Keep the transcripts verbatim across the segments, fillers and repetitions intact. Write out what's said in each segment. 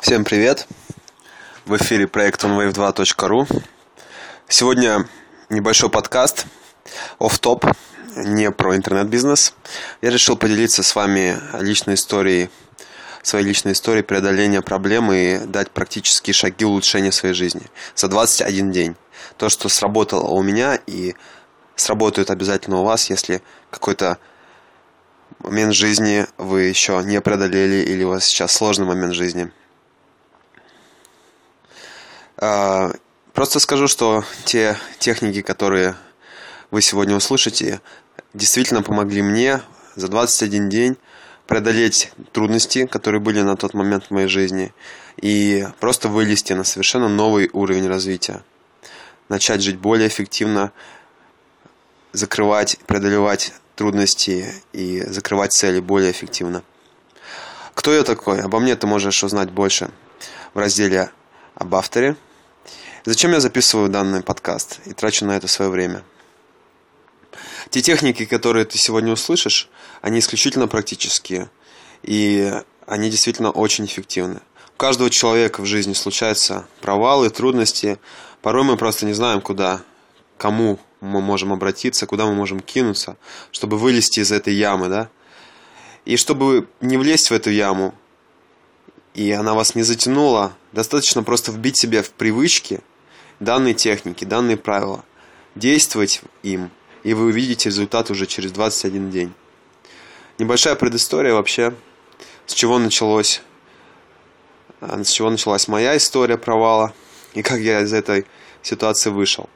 Всем привет! В эфире проект он вейв два точка ру. Сегодня небольшой подкаст офф-топ, не про интернет-бизнес. Я решил поделиться с вами личной историей, своей личной историей преодоления проблем и дать практические шаги улучшения своей жизни за двадцать один день. То, что сработало у меня и сработает обязательно у вас, если какой-то момент жизни вы еще не преодолели или у вас сейчас сложный момент жизни. Просто скажу, что те техники, которые вы сегодня услышите, действительно помогли мне за двадцать один день преодолеть трудности, которые были на тот момент в моей жизни, и просто вылезти на совершенно новый уровень развития. Начать жить более эффективно, закрывать, преодолевать трудности и закрывать цели более эффективно. Кто я такой? Обо мне ты можешь узнать больше в разделе об авторе. Зачем я записываю данный подкаст и трачу на это свое время? Те техники, которые ты сегодня услышишь, они исключительно практические, и они действительно очень эффективны. У каждого человека в жизни случаются провалы, трудности. Порой мы просто не знаем, куда, кому мы можем обратиться, куда мы можем кинуться, чтобы вылезти из этой ямы, да? И чтобы не влезть в эту яму, и она вас не затянула, достаточно просто вбить себе в привычки данные техники, данные правила, действовать им, и вы увидите результат уже через двадцать один день. Небольшая предыстория вообще, с чего началось, с чего началась моя история провала, и как я из этой ситуации вышел.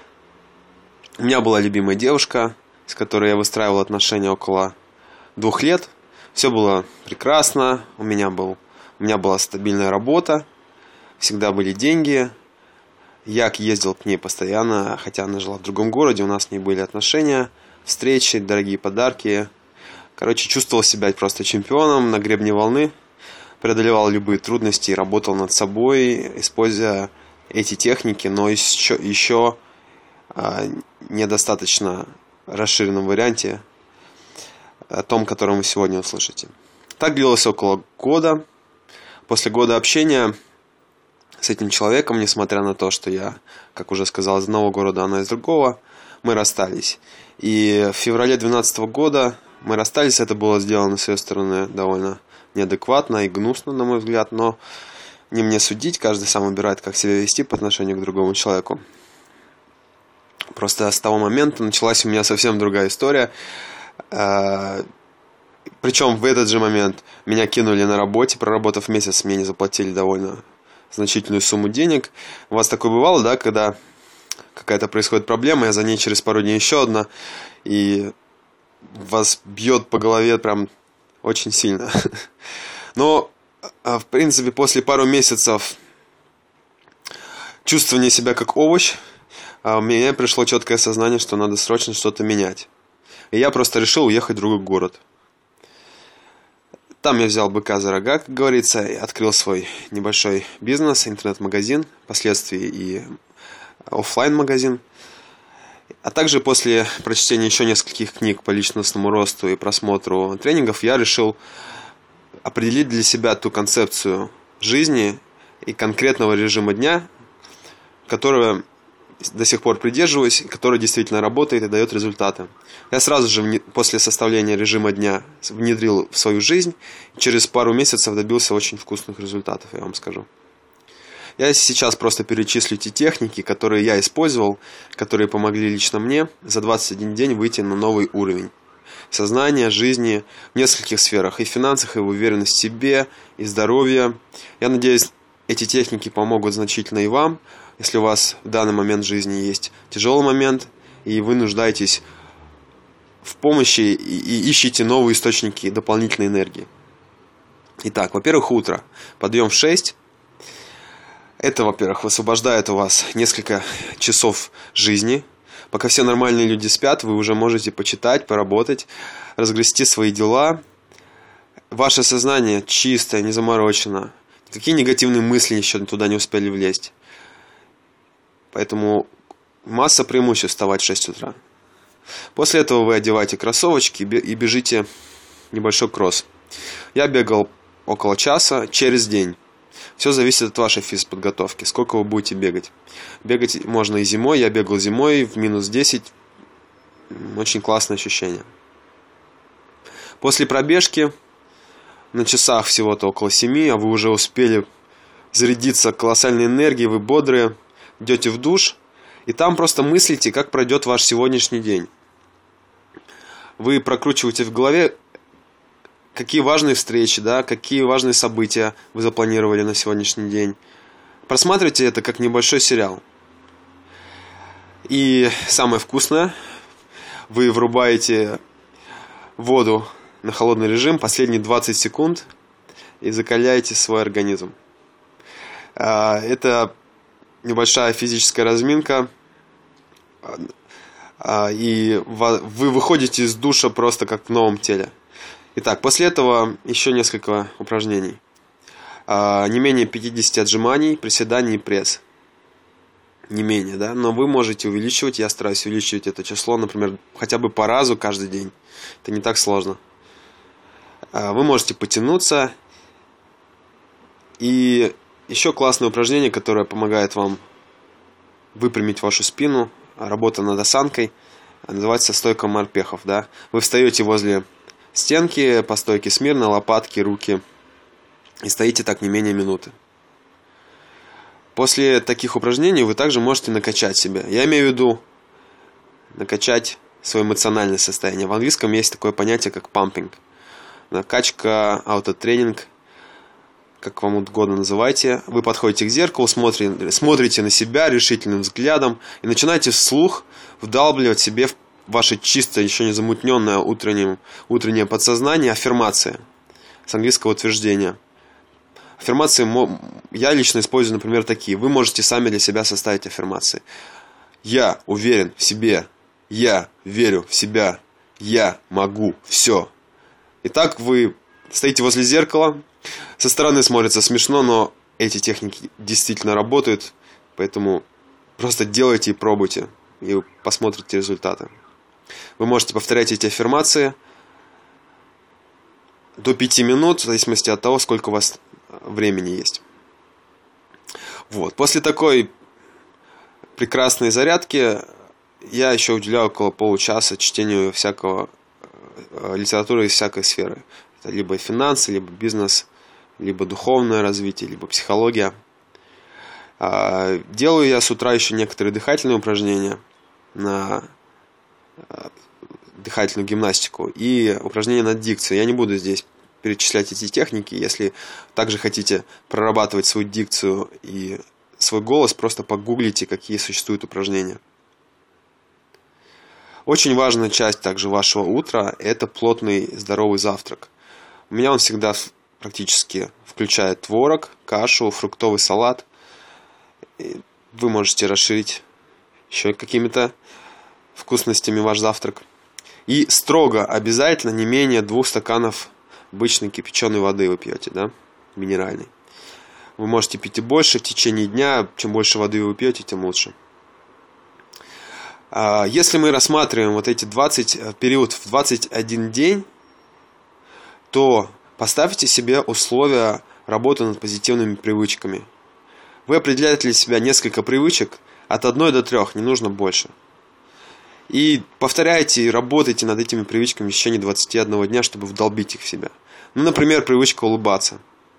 У меня была любимая девушка, с которой я выстраивал отношения около двух лет. Все было прекрасно, у меня был У меня была стабильная работа, всегда были деньги. Я ездил к ней постоянно, хотя она жила в другом городе, у нас с ней были отношения, встречи, дорогие подарки. Короче, чувствовал себя просто чемпионом на гребне волны, преодолевал любые трудности и работал над собой, используя эти техники, но еще, еще а, недостаточно расширенном варианте, о том, который вы сегодня услышите. Так длилось около года. После года общения с этим человеком, несмотря на то, что я, как уже сказал, из одного города, она из другого, мы расстались. И в феврале две тысячи двенадцатого года мы расстались. Это было сделано с ее стороны довольно неадекватно и гнусно, на мой взгляд, но не мне судить, каждый сам выбирает, как себя вести по отношению к другому человеку. Просто с того момента началась у меня совсем другая история. Причем в этот же момент меня кинули на работе, проработав месяц, мне не заплатили довольно значительную сумму денег. У вас такое бывало, да, когда какая-то происходит проблема, и за ней через пару дней еще одна, и вас бьет по голове прям очень сильно. Но, в принципе, после пару месяцев чувствования себя как овощ, у меня пришло четкое осознание, что надо срочно что-то менять. И я просто решил уехать в другой город. Там я взял быка за рога, как говорится, и открыл свой небольшой бизнес, интернет-магазин, впоследствии и офлайн-магазин. А также после прочтения еще нескольких книг по личностному росту и просмотру тренингов я решил определить для себя ту концепцию жизни и конкретного режима дня, которого до сих пор придерживаюсь, и который действительно работает и дает результаты. Я сразу же после составления режима дня внедрил в свою жизнь, и через пару месяцев добился очень вкусных результатов, я вам скажу. Я сейчас просто перечислю те техники, которые я использовал, которые помогли лично мне за двадцать один день выйти на новый уровень сознания, жизни в нескольких сферах, и в финансах, и в уверенности в себе, и здоровье. Я надеюсь, эти техники помогут значительно и вам, если у вас в данный момент в жизни есть тяжелый момент, и вы нуждаетесь в помощи и, и ищете новые источники дополнительной энергии. Итак, во-первых, утро. Подъем в шесть. Это, во-первых, высвобождает у вас несколько часов жизни. Пока все нормальные люди спят, вы уже можете почитать, поработать, разгрести свои дела. Ваше сознание чистое, не заморочено. Никакие негативные мысли еще туда не успели влезть. Поэтому масса преимуществ вставать в шесть утра. После этого вы одеваете кроссовочки и бежите небольшой кросс. Я бегал около часа через день. Все зависит от вашей физподготовки, сколько вы будете бегать. Бегать можно и зимой, я бегал зимой в минус десять, очень классное ощущение. После пробежки на часах всего-то около семи, а вы уже успели зарядиться колоссальной энергией, вы бодрые, идете в душ, и там просто мыслите, как пройдет ваш сегодняшний день. Вы прокручиваете в голове, какие важные встречи, да, какие важные события вы запланировали на сегодняшний день. Просматривайте это как небольшой сериал. И самое вкусное, вы врубаете воду на холодный режим последние двадцать секунд и закаляете свой организм. Это небольшая физическая разминка, и вы выходите из душа просто как в новом теле. Итак, после этого еще несколько упражнений. Не менее пятьдесят отжиманий, приседаний и пресс. Не менее, да? Но вы можете увеличивать, я стараюсь увеличивать это число, например, хотя бы по разу каждый день. Это не так сложно. Вы можете потянуться. И еще классное упражнение, которое помогает вам выпрямить вашу спину, работа над осанкой, называется стойка морпехов, да? Вы встаете возле стенки, по стойке смирно, лопатки, руки, и стоите так не менее минуты. После таких упражнений вы также можете накачать себя. Я имею в виду накачать свое эмоциональное состояние. В английском есть такое понятие, как пампинг. Накачка, аутотренинг, как вам угодно называйте. Вы подходите к зеркалу, смотрите, смотрите на себя решительным взглядом и начинаете вслух вдалбливать себе в ваше чисто, еще не замутненное утреннее, утреннее подсознание аффирмации с английского утверждения. Аффирмации я лично использую, например, такие. Вы можете сами для себя составить аффирмации. Я уверен в себе. Я верю в себя. Я могу все. Итак, вы стоите возле зеркала. Со стороны смотрится смешно, но эти техники действительно работают. Поэтому просто делайте и пробуйте. И вы посмотрите результаты. Вы можете повторять эти аффирмации до пяти минут, в зависимости от того, сколько у вас времени есть. Вот. После такой прекрасной зарядки я еще уделяю около получаса чтению всякого литературы из всякой сферы. Это либо финансы, либо бизнес, либо духовное развитие, либо психология. Делаю я с утра еще некоторые дыхательные упражнения на дыхательную гимнастику и упражнения над дикцией. Я не буду здесь перечислять эти техники. Если также хотите прорабатывать свою дикцию и свой голос, просто погуглите, какие существуют упражнения. Очень важная часть также вашего утра – это плотный здоровый завтрак. У меня он всегда практически включает творог, кашу, фруктовый салат. Вы можете расширить еще какими-то вкусностями ваш завтрак. И строго обязательно не менее двух стаканов обычной кипяченой воды вы пьете, да, минеральной. Вы можете пить и больше в течение дня. Чем больше воды вы пьете, тем лучше. Если мы рассматриваем вот эти двадцать период в двадцать один день, то поставьте себе условия работы над позитивными привычками. Вы определяете для себя несколько привычек, от одной до трех, не нужно больше. И повторяйте и работайте над этими привычками в течение двадцати одного дня, чтобы вдолбить их в себя. Ну, например, привычка улыбаться.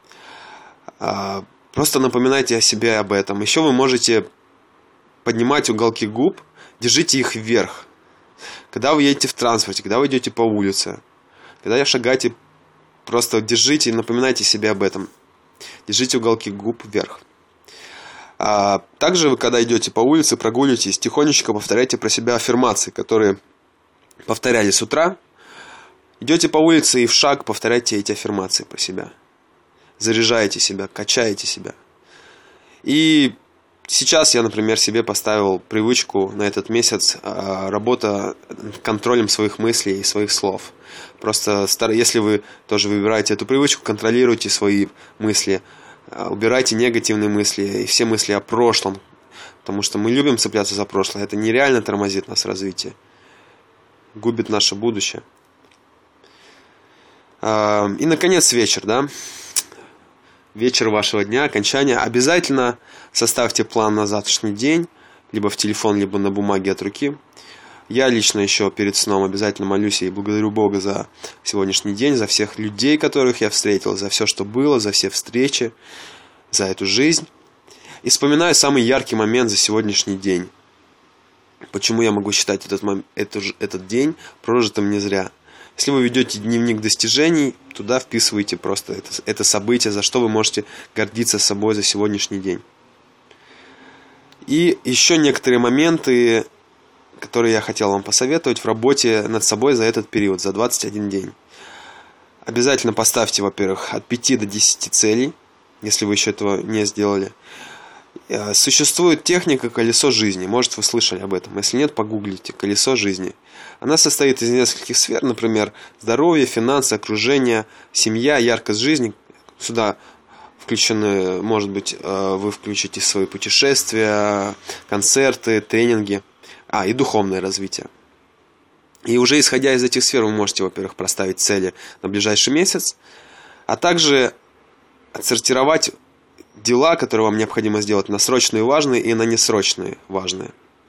Просто напоминайте о себе об этом. Еще вы можете поднимать уголки губ, держите их вверх. Когда вы едете в транспорте, когда вы идете по улице, когда шагаете, просто держите и напоминайте себе об этом. Держите уголки губ вверх. А также вы, когда идете по улице, прогуливаетесь, тихонечко повторяйте про себя аффирмации, которые повторяли с утра. Идете по улице и в шаг повторяйте эти аффирмации про себя. Заряжаете себя, качаете себя. И сейчас я, например, себе поставил привычку на этот месяц работа над контролем своих мыслей и своих слов. Просто если вы тоже выбираете эту привычку, контролируйте свои мысли. Убирайте негативные мысли и все мысли о прошлом, потому что мы любим цепляться за прошлое. Это нереально тормозит нас в развитии, губит наше будущее. И, наконец, вечер, да? вечер вашего дня, окончания. Обязательно составьте план на завтрашний день, либо в телефон, либо на бумаге от руки. Я лично еще перед сном обязательно молюсь и благодарю Бога за сегодняшний день, за всех людей, которых я встретил, за все, что было, за все встречи, за эту жизнь. И вспоминаю самый яркий момент за сегодняшний день. Почему я могу считать этот, мом... этот, этот день прожитым не зря? Если вы ведете дневник достижений, туда вписывайте просто это, это событие, за что вы можете гордиться собой за сегодняшний день. И еще некоторые моменты, которые я хотел вам посоветовать в работе над собой за этот период, за двадцать один день. Обязательно поставьте, во-первых, от пяти до десяти целей, если вы еще этого не сделали. Существует техника «Колесо жизни». Может, вы слышали об этом. Если нет, погуглите «Колесо жизни». Она состоит из нескольких сфер, например, здоровье, финансы, окружение, семья, яркость жизни. Сюда включены, может быть, вы включите свои путешествия, концерты, тренинги. А, и духовное развитие. И уже исходя из этих сфер вы можете, во-первых, проставить цели на ближайший месяц, а также отсортировать дела, которые вам необходимо сделать, на срочные важные и на несрочные важные.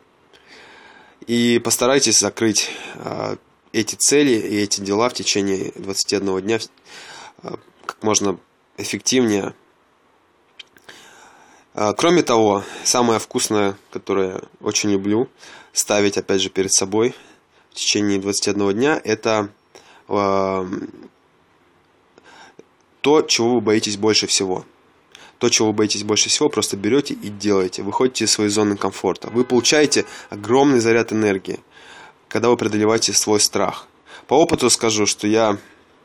И постарайтесь закрыть э, эти цели и эти дела в течение двадцати одного дня э, как можно эффективнее. Э, кроме того, самое вкусное, которое я очень люблю ставить, опять же, перед собой в течение двадцати одного дня, это э, то, чего вы боитесь больше всего. То, чего вы боитесь больше всего, просто берете и делаете. Выходите из своей зоны комфорта. Вы получаете огромный заряд энергии, когда вы преодолеваете свой страх. По опыту скажу, что я,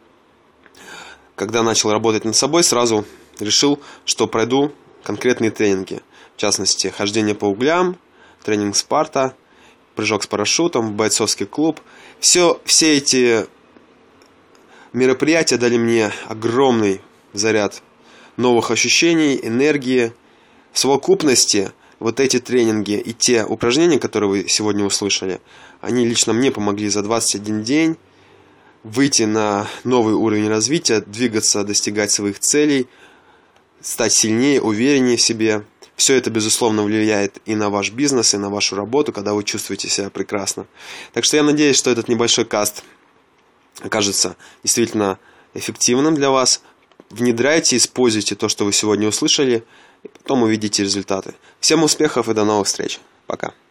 когда начал работать над собой, сразу решил, что пройду конкретные тренинги. В частности, хождение по углям, тренинг Спарта, прыжок с парашютом, бойцовский клуб. Все, все эти мероприятия дали мне огромный заряд новых ощущений, энергии. В совокупности вот эти тренинги и те упражнения, которые вы сегодня услышали, они лично мне помогли за двадцать один день выйти на новый уровень развития, двигаться, достигать своих целей, стать сильнее, увереннее в себе. Все это, безусловно, влияет и на ваш бизнес, и на вашу работу, когда вы чувствуете себя прекрасно. Так что я надеюсь, что этот небольшой каст окажется действительно эффективным для вас. Внедряйте, используйте то, что вы сегодня услышали, и потом увидите результаты. Всем успехов и до новых встреч. Пока.